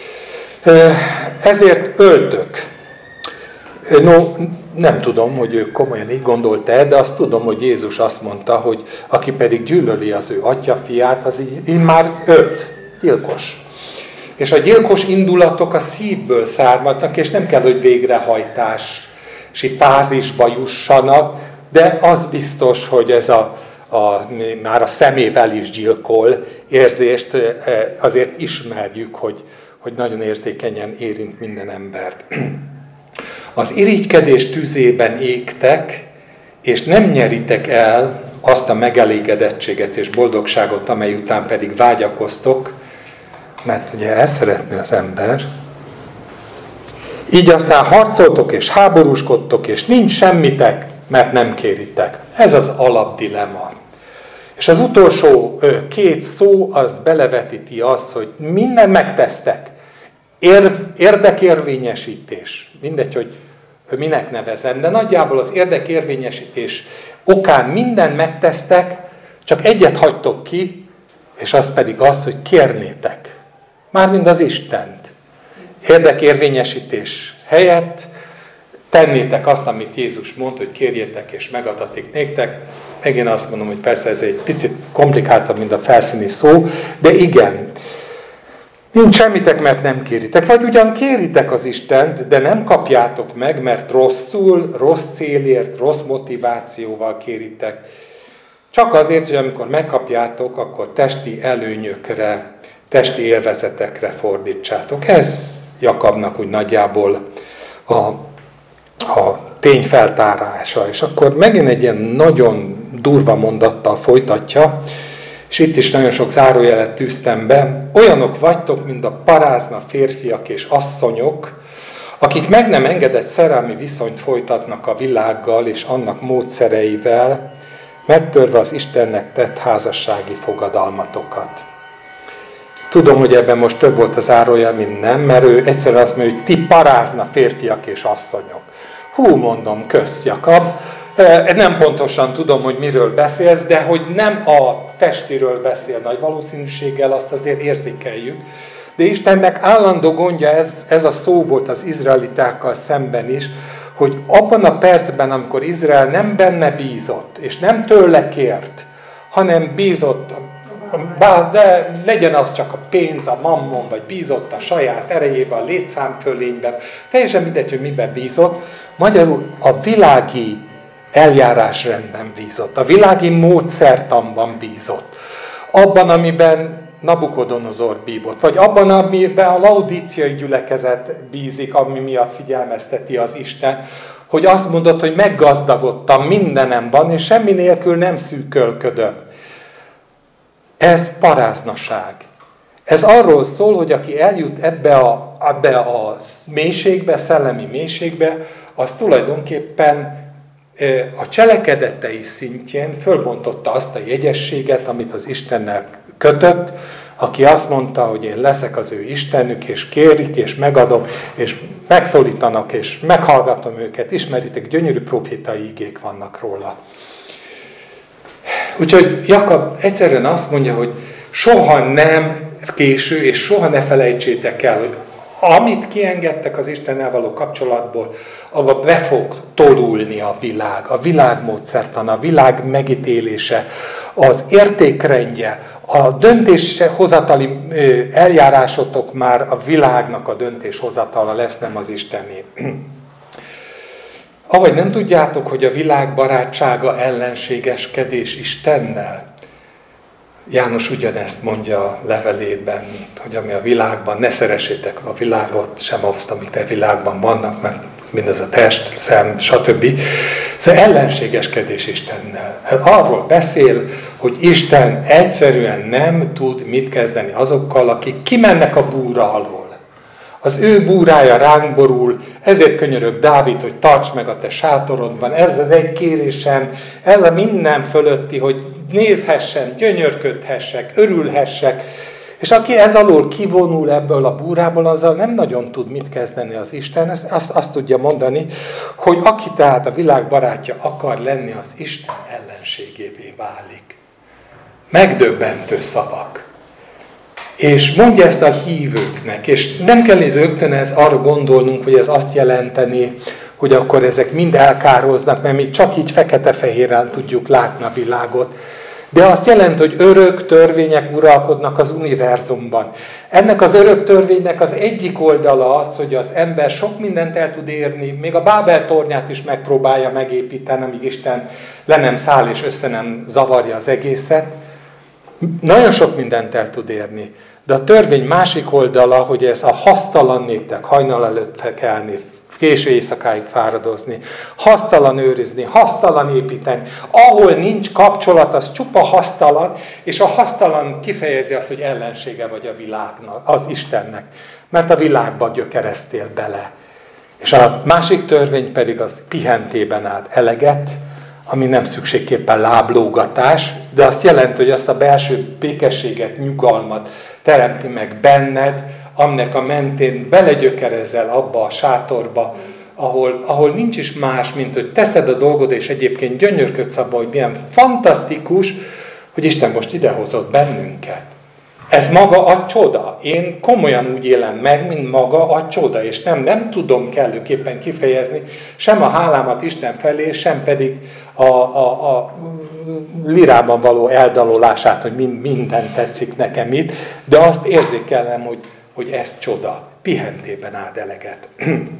Ezért öltök. No, nem tudom, hogy ő komolyan így gondolta, de azt tudom, hogy Jézus azt mondta, hogy aki pedig gyűlöli az ő atyafiát, az így, így már ölt, gyilkos. És a gyilkos indulatok a szívből származnak, és nem kell, hogy végrehajtási fázisba jussanak, de az biztos, hogy ez a, a, már a szemével is gyilkol érzést, azért ismerjük, hogy, hogy nagyon érzékenyen érint minden embert. Az irigykedés tüzében égtek, és nem nyeritek el azt a megelégedettséget és boldogságot, amely után pedig vágyakoztok, mert ugye ezt szeretné az ember. Így aztán harcoltok és háborúskodtok, és nincs semmitek, mert nem kéritek. Ez az alapdilemma. És az utolsó két szó az belevetíti azt, hogy minden megtesztek. Ér, érdekérvényesítés. Mindegy, hogy minek nevezem, de nagyjából az érdekérvényesítés okán minden megtesztek, csak egyet hagytok ki, és az pedig az, hogy kérnétek. Mármint az Istent. Érdekérvényesítés helyett tennétek azt, amit Jézus mondta, hogy kérjétek és megadatik néktek. Megint azt mondom, hogy persze ez egy picit komplikáltabb, mint a felszíni szó, de igen. Nincs semmitek, mert nem kéritek. Vagy ugyan kéritek az Istent, de nem kapjátok meg, mert rosszul, rossz célért, rossz motivációval kéritek. Csak azért, hogy amikor megkapjátok, akkor testi előnyökre, testi élvezetekre fordítsátok. Ez Jakabnak úgy nagyjából a, a tényfeltárása. És akkor megint egy ilyen nagyon durva mondattal folytatja, és itt is nagyon sok zárójelet tűztem be. Olyanok vagytok, mint a parázna férfiak és asszonyok, akik meg nem engedett szerelmi viszonyt folytatnak a világgal és annak módszereivel, megtörve az Istennek tett házassági fogadalmatokat. Tudom, hogy ebben most több volt az zárójel, mint nem, mert ő egyszerűen azt mondja, hogy ti parázna férfiak és asszonyok. Hú, mondom, kösz, Jakab. Nem pontosan tudom, hogy miről beszélsz, de hogy nem a testiről beszél nagy valószínűséggel, azt azért érzékeljük. De Istennek állandó gondja, ez, ez a szó volt az izraelitákkal szemben is, hogy abban a percben, amikor Izrael nem benne bízott, és nem tőle kért, hanem bízott, de legyen az csak a pénz, a mammon, vagy bízott a saját erejében, a létszámfölényben, teljesen mindegy, hogy miben bízott, magyarul a világi eljárásrendben bízott, a világi módszertanban bízott, abban, amiben Nabukodonozor bízott, vagy abban, amiben a laudíciai gyülekezet bízik, ami miatt figyelmezteti az Isten, hogy azt mondod, hogy meggazdagodtam, mindenem van, és semmi nélkül nem szűkölködöm. Ez paráznaság. Ez arról szól, hogy aki eljut ebbe a, ebbe a mélységbe, szellemi mélységbe, az tulajdonképpen a cselekedetei szintjén fölbontotta azt a jegyességet, amit az Istennel kötött, aki azt mondta, hogy én leszek az ő Istenük, és kérik, és megadom, és megszólítanak, és meghallgatom őket. Ismeritek, gyönyörű profétai igék vannak róla. Úgyhogy Jakab egyszerűen azt mondja, hogy soha nem késő, és soha ne felejtsétek el, hogy amit kiengedtek az Istennel való kapcsolatból, abba be fog tolulni a világ, a világmódszertan, a világ megítélése, az értékrendje, a döntéshozatali eljárásotok már a világnak a döntéshozatala lesz, nem az Istené. Avagy nem tudjátok, hogy a világ barátsága ellenségeskedés Istennel? János ugyanezt mondja a levelében, hogy ami a világban, ne szeressétek a világot, sem azt, amit a világban vannak, mert mindez a test, szem, stb. Szóval ellenségeskedés Istennel. Arról beszél, hogy Isten egyszerűen nem tud mit kezdeni azokkal, akik kimennek a búra alól. Az ő búrája ránk borul, ezért könyörög Dávid, hogy tarts meg a te sátorodban, ez az egy kérésem, ez a minden fölötti, hogy nézhessen, gyönyörködhessek, örülhessek, és aki ez alól kivonul ebből a búrából, azzal nem nagyon tud mit kezdeni az Isten, ezt, azt, azt tudja mondani, hogy aki tehát a világ barátja akar lenni, az Isten ellenségévé válik. Megdöbbentő szavak. És mondja ezt a hívőknek, és nem kell rögtön ez arra gondolnunk, hogy ez azt jelenteni, hogy akkor ezek mind elkároznak, mert mi csak így fekete-fehérrel tudjuk látni a világot. De azt jelenti, hogy örök törvények uralkodnak az univerzumban. Ennek az örök törvénynek az egyik oldala az, hogy az ember sok mindent el tud érni, még a Bábel tornyát is megpróbálja megépíteni, amíg Isten le nem száll és össze nem zavarja az egészet. Nagyon sok mindent el tud érni. De a törvény másik oldala, hogy ez a hasztalan néktek, hajnal előtt felkelni, késő éjszakáig fáradozni, hasztalan őrizni, hasztalan építeni. Ahol nincs kapcsolat, az csupa hasztalan, és a hasztalan kifejezi azt, hogy ellensége vagy a világnak, az Istennek. Mert a világba gyökereztél bele. És a másik törvény pedig az pihentében át eleget, ami nem szükségképpen láblógatás, de azt jelenti, hogy azt a belső békességet, nyugalmat teremti meg benned, aminek a mentén belegyökerezel abba a sátorba, ahol, ahol nincs is más, mint hogy teszed a dolgod, és egyébként gyönyörködsz abba, hogy milyen fantasztikus, hogy Isten most idehozott bennünket. Ez maga a csoda. Én komolyan úgy élem meg, mint maga a csoda, és nem, nem tudom kellőképpen kifejezni sem a hálámat Isten felé, sem pedig a, a, a lirában való eldalolását, hogy minden tetszik nekem itt, de azt érzékelem, hogy, hogy ez csoda. Pihentében áld eleget.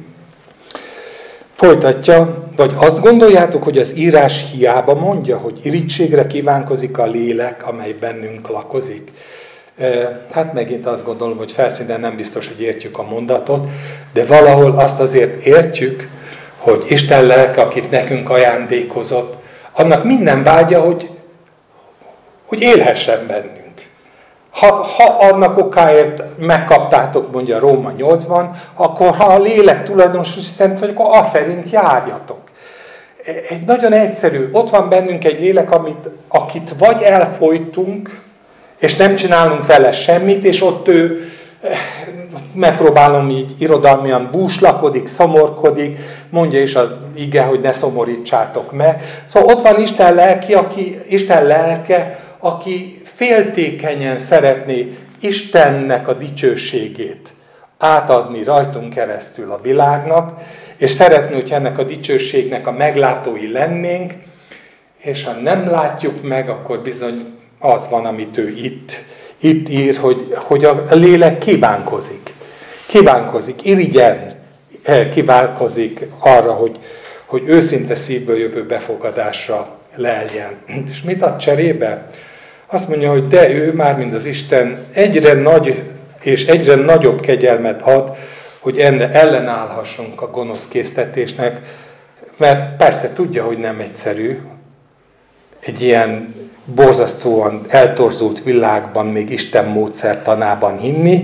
Folytatja, vagy azt gondoljátok, hogy az írás hiába mondja, hogy irítségre kívánkozik a lélek, amely bennünk lakozik? Hát megint azt gondolom, hogy felszínen nem biztos, hogy értjük a mondatot, de valahol azt azért értjük, hogy Isten lelke, akit nekünk ajándékozott, annak minden vágya, hogy, hogy élhessen bennünk. Ha, ha annak okáért megkaptátok, mondja Róma nyolcban, akkor ha a lélek tulajdonos szent vagy, akkor azt szerint járjatok. Egy nagyon egyszerű, ott van bennünk egy lélek, amit, akit vagy elfojtunk, és nem csinálunk vele semmit, és ott ő, megpróbálom így irodalmian, búslakodik, szomorkodik, mondja is az ige, hogy ne szomorítsátok meg. Szóval ott van Isten lelki, aki, Isten lelke, aki féltékenyen szeretné Istennek a dicsőségét átadni rajtunk keresztül a világnak, és szeretné, hogy ennek a dicsőségnek a meglátói lennénk, és ha nem látjuk meg, akkor bizony az van, amit ő itt, itt ír, hogy, hogy a lélek kívánkozik. Kívánkozik, irigyen kívánkozik arra, hogy, hogy őszinte szívből jövő befogadásra leljen. És mit ad cserébe? Azt mondja, hogy de ő már, mint az Isten, egyre nagy és egyre nagyobb kegyelmet ad, hogy enne ellenállhassunk a gonosz késztetésnek, mert persze tudja, hogy nem egyszerű egy ilyen borzasztóan eltorzult világban még Isten módszertanában hinni.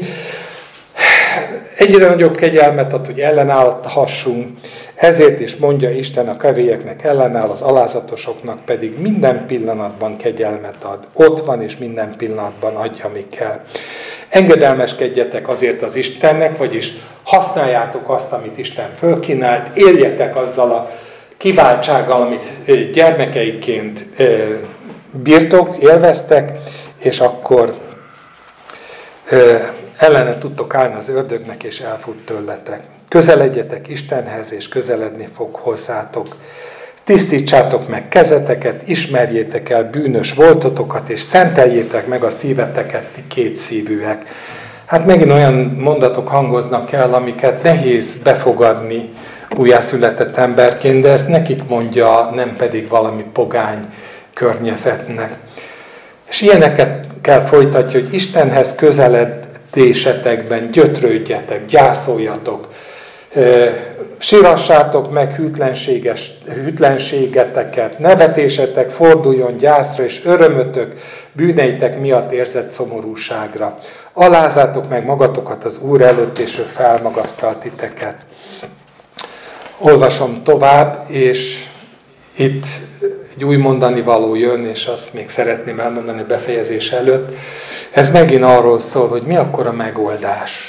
Egyre nagyobb kegyelmet ad, hogy ellenállhassunk, ezért is mondja Isten a kevélyeknek ellenáll, az alázatosoknak pedig minden pillanatban kegyelmet ad. Ott van, és minden pillanatban adja, ami kell. Engedelmeskedjetek azért az Istennek, vagyis használjátok azt, amit Isten fölkínált, éljetek azzal a kiváltsággal, amit gyermekeiként bírtok, élveztek, és akkor ellene tudtok állni az ördögnek, és elfut tőletek. Közeledjetek Istenhez, és közeledni fog hozzátok. Tisztítsátok meg kezeteket, ismerjétek el bűnös voltotokat, és szenteljétek meg a szíveteket, ti kétszívűek. Hát megint olyan mondatok hangoznak el, amiket nehéz befogadni újjászületett emberként, de ezt nekik mondja, nem pedig valami pogány környezetnek. És ilyeneket kell folytatni, hogy Istenhez közeledésetekben gyötrődjetek, gyászoljatok, sírassátok meg hűtlenséges, hűtlenségeteket, nevetésetek forduljon gyászra, és örömötök bűneitek miatt érzett szomorúságra. Alázátok meg magatokat az Úr előtt, és ő felmagasztal titeket. Olvasom tovább, és itt egy új mondani való jön, és azt még szeretném elmondani befejezés előtt. Ez megint arról szól, hogy mi akkor a megoldás.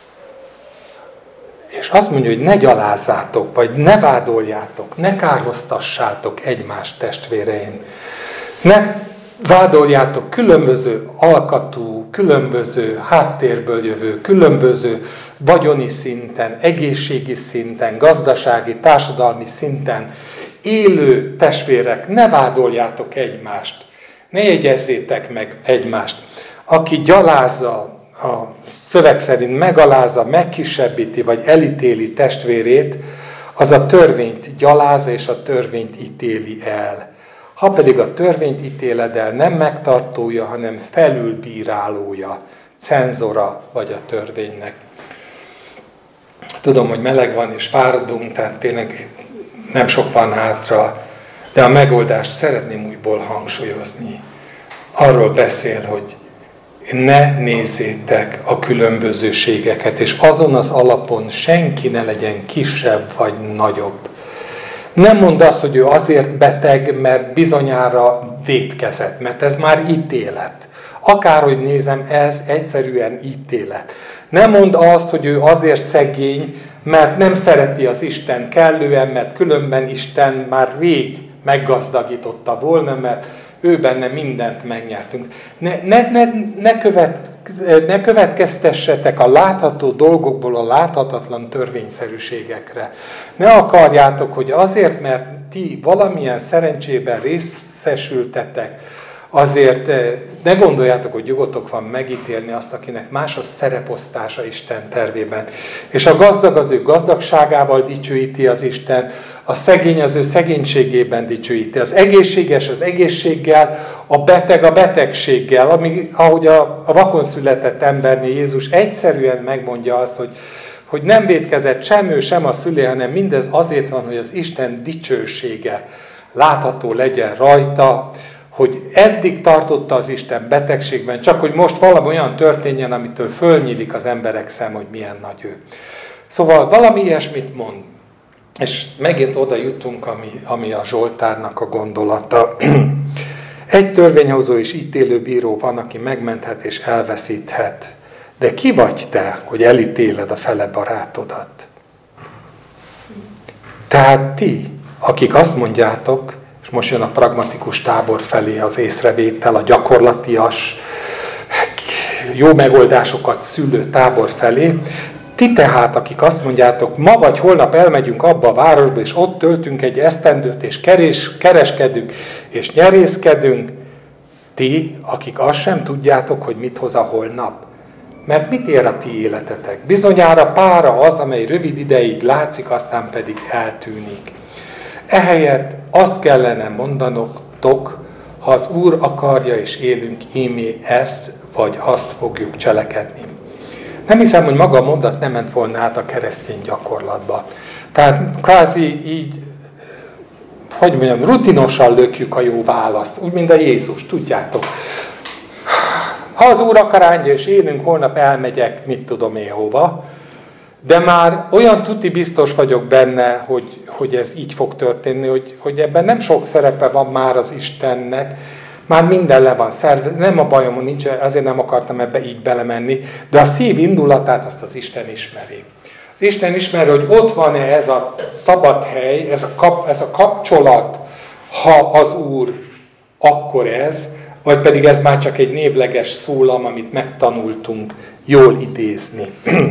És azt mondja, hogy ne gyalázzátok, vagy ne vádoljátok, ne kárhoztassátok egymást, testvéreim. Ne vádoljátok különböző alkatú, különböző háttérből jövő, különböző vagyoni szinten, egészségi szinten, gazdasági, társadalmi szinten élő testvérek, ne vádoljátok egymást. Ne jegyezzétek meg egymást. Aki gyalázza, a szöveg szerint megalázza, megkisebbíti, vagy elítéli testvérét, az a törvényt gyalázza, és a törvényt ítéli el. Ha pedig a törvényt ítéled el, nem megtartója, hanem felülbírálója, cenzora vagy a törvénynek. Tudom, hogy meleg van és fáradunk, tehát tényleg nem sok van hátra, de a megoldást szeretném újból hangsúlyozni. Arról beszél, hogy ne nézzétek a különbözőségeket, és azon az alapon senki ne legyen kisebb vagy nagyobb. Nem mondd azt, hogy ő azért beteg, mert bizonyára vétkezett, mert ez már ítélet. Akárhogy nézem, ez egyszerűen ítélet. Nem mondd azt, hogy ő azért szegény, mert nem szereti az Isten kellően, mert különben Isten már rég meggazdagította volna, mert ő benne mindent megnyertünk. Ne, ne, ne, ne, követ, ne következtessetek a látható dolgokból a láthatatlan törvényszerűségekre. Ne akarjátok, hogy azért, mert ti valamilyen szerencsében részesültetek, azért ne gondoljátok, hogy jogotok van megítélni azt, akinek más a szereposztása Isten tervében. És a gazdag az ő gazdagságával dicsőíti az Isten, a szegény az ő szegénységében dicsőíti, az egészséges az egészséggel, a beteg a betegséggel, ami, ahogy a, a vakon született embernél Jézus egyszerűen megmondja azt, hogy, hogy nem vétkezett sem ő, sem a szülé, hanem mindez azért van, hogy az Isten dicsősége látható legyen rajta, hogy eddig tartotta az Isten betegségben, csak hogy most valami olyan történjen, amitől fölnyílik az emberek szem, hogy milyen nagy ő. Szóval valami ilyesmit mond. És megint oda jutunk, ami, ami a Zsoltárnak a gondolata. Egy törvényhozó és ítélő bíró van, aki megmenthet és elveszíthet. De ki vagy te, hogy elítéled a fele barátodat? Tehát ti, akik azt mondjátok, és most jön a pragmatikus tábor felé az észrevétel, a gyakorlatias, jó megoldásokat szülő tábor felé, ti tehát, akik azt mondjátok, ma vagy holnap elmegyünk abba a városba, és ott töltünk egy esztendőt, és keres, kereskedünk, és nyerészkedünk, ti, akik azt sem tudjátok, hogy mit hoz a holnap. Mert mit ér a ti életetek? Bizonyára pára az, amely rövid ideig látszik, aztán pedig eltűnik. Ehelyett azt kellene mondanotok, ha az Úr akarja és élünk, ímé ezt vagy azt fogjuk cselekedni. Nem hiszem, hogy maga a mondat nem ment volna át a keresztény gyakorlatba. Tehát kvázi így, hogy mondjam, rutinosan lökjük a jó választ, úgy, mint a Jézus, tudjátok. Ha az Úr akar áldja és élünk, holnap elmegyek, mit tudom én hova, de már olyan tuti biztos vagyok benne, hogy, hogy ez így fog történni, hogy, hogy ebben nem sok szerepe van már az Istennek, már minden le van szervezve, nem a bajom, nincs, azért nem akartam ebbe így belemenni, de a szív indulatát azt az Isten ismeri. Az Isten ismeri, hogy ott van-e ez a szabad hely, ez a, kap, ez a kapcsolat, ha az Úr, akkor ez, vagy pedig ez már csak egy névleges szólam, amit megtanultunk jól idézni.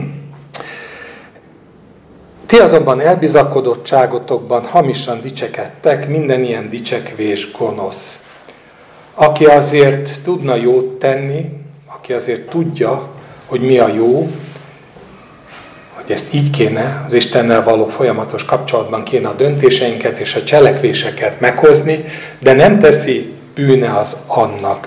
Ti azonban elbizakodottságotokban hamisan dicsekedtek, minden ilyen dicsekvés gonosz. Aki azért tudna jót tenni, aki azért tudja, hogy mi a jó, hogy ezt így kéne, az Istennel való folyamatos kapcsolatban kéne a döntéseinket és a cselekvéseket meghozni, de nem teszi, bűne az annak.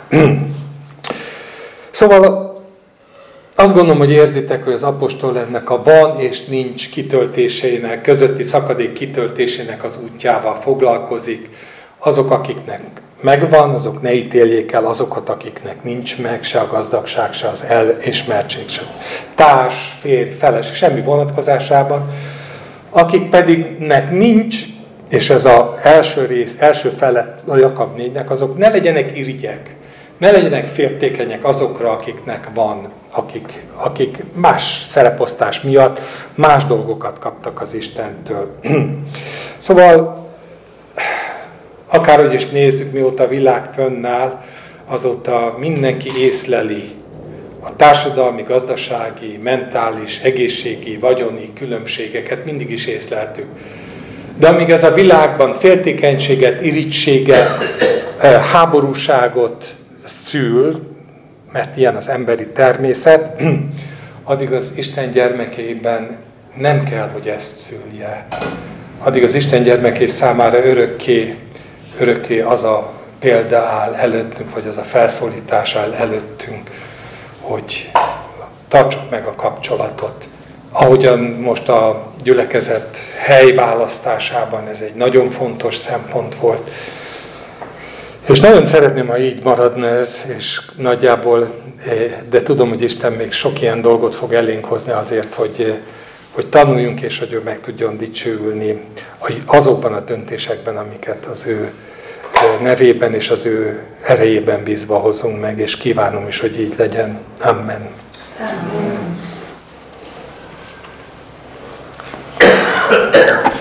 Szóval azt gondolom, hogy érzitek, hogy az apostol ennek a van és nincs kitöltésének, közötti szakadék kitöltésének az útjával foglalkozik. Azok, akiknek megvan, azok ne ítéljék el azokat, akiknek nincs meg, se a gazdagság, se az elismertség, se társ, férj, feles, semmi vonatkozásában. Akik pediknek nincs, és ez az első rész, első fele a Jakab négynek, azok ne legyenek irigyek, ne legyenek féltékenyek azokra, akiknek van, akik, akik más szereposztás miatt más dolgokat kaptak az Istentől. Szóval, akárhogy is nézzük, mióta a világ fönnáll, azóta mindenki észleli a társadalmi, gazdasági, mentális, egészségi, vagyoni különbségeket, mindig is észleltük. De amíg ez a világban féltékenységet, irigységet, háborúságot szül, mert ilyen az emberi természet, addig az Isten gyermekeiben nem kell, hogy ezt szülje. Addig az Isten gyermekei számára örökké, örökké az a példa áll előttünk, vagy az a felszólítás áll előttünk, hogy tartsuk meg a kapcsolatot. Ahogyan most a gyülekezet helyválasztásában ez egy nagyon fontos szempont volt. És nagyon szeretném, ha így maradna ez, és nagyjából, de tudom, hogy Isten még sok ilyen dolgot fog elénk hozni azért, hogy, hogy tanuljunk, és hogy ő meg tudjon dicsőülni azokban a döntésekben, amiket az ő nevében és az ő erejében bízva hozunk meg, és kívánom is, hogy így legyen. Amen. Amen.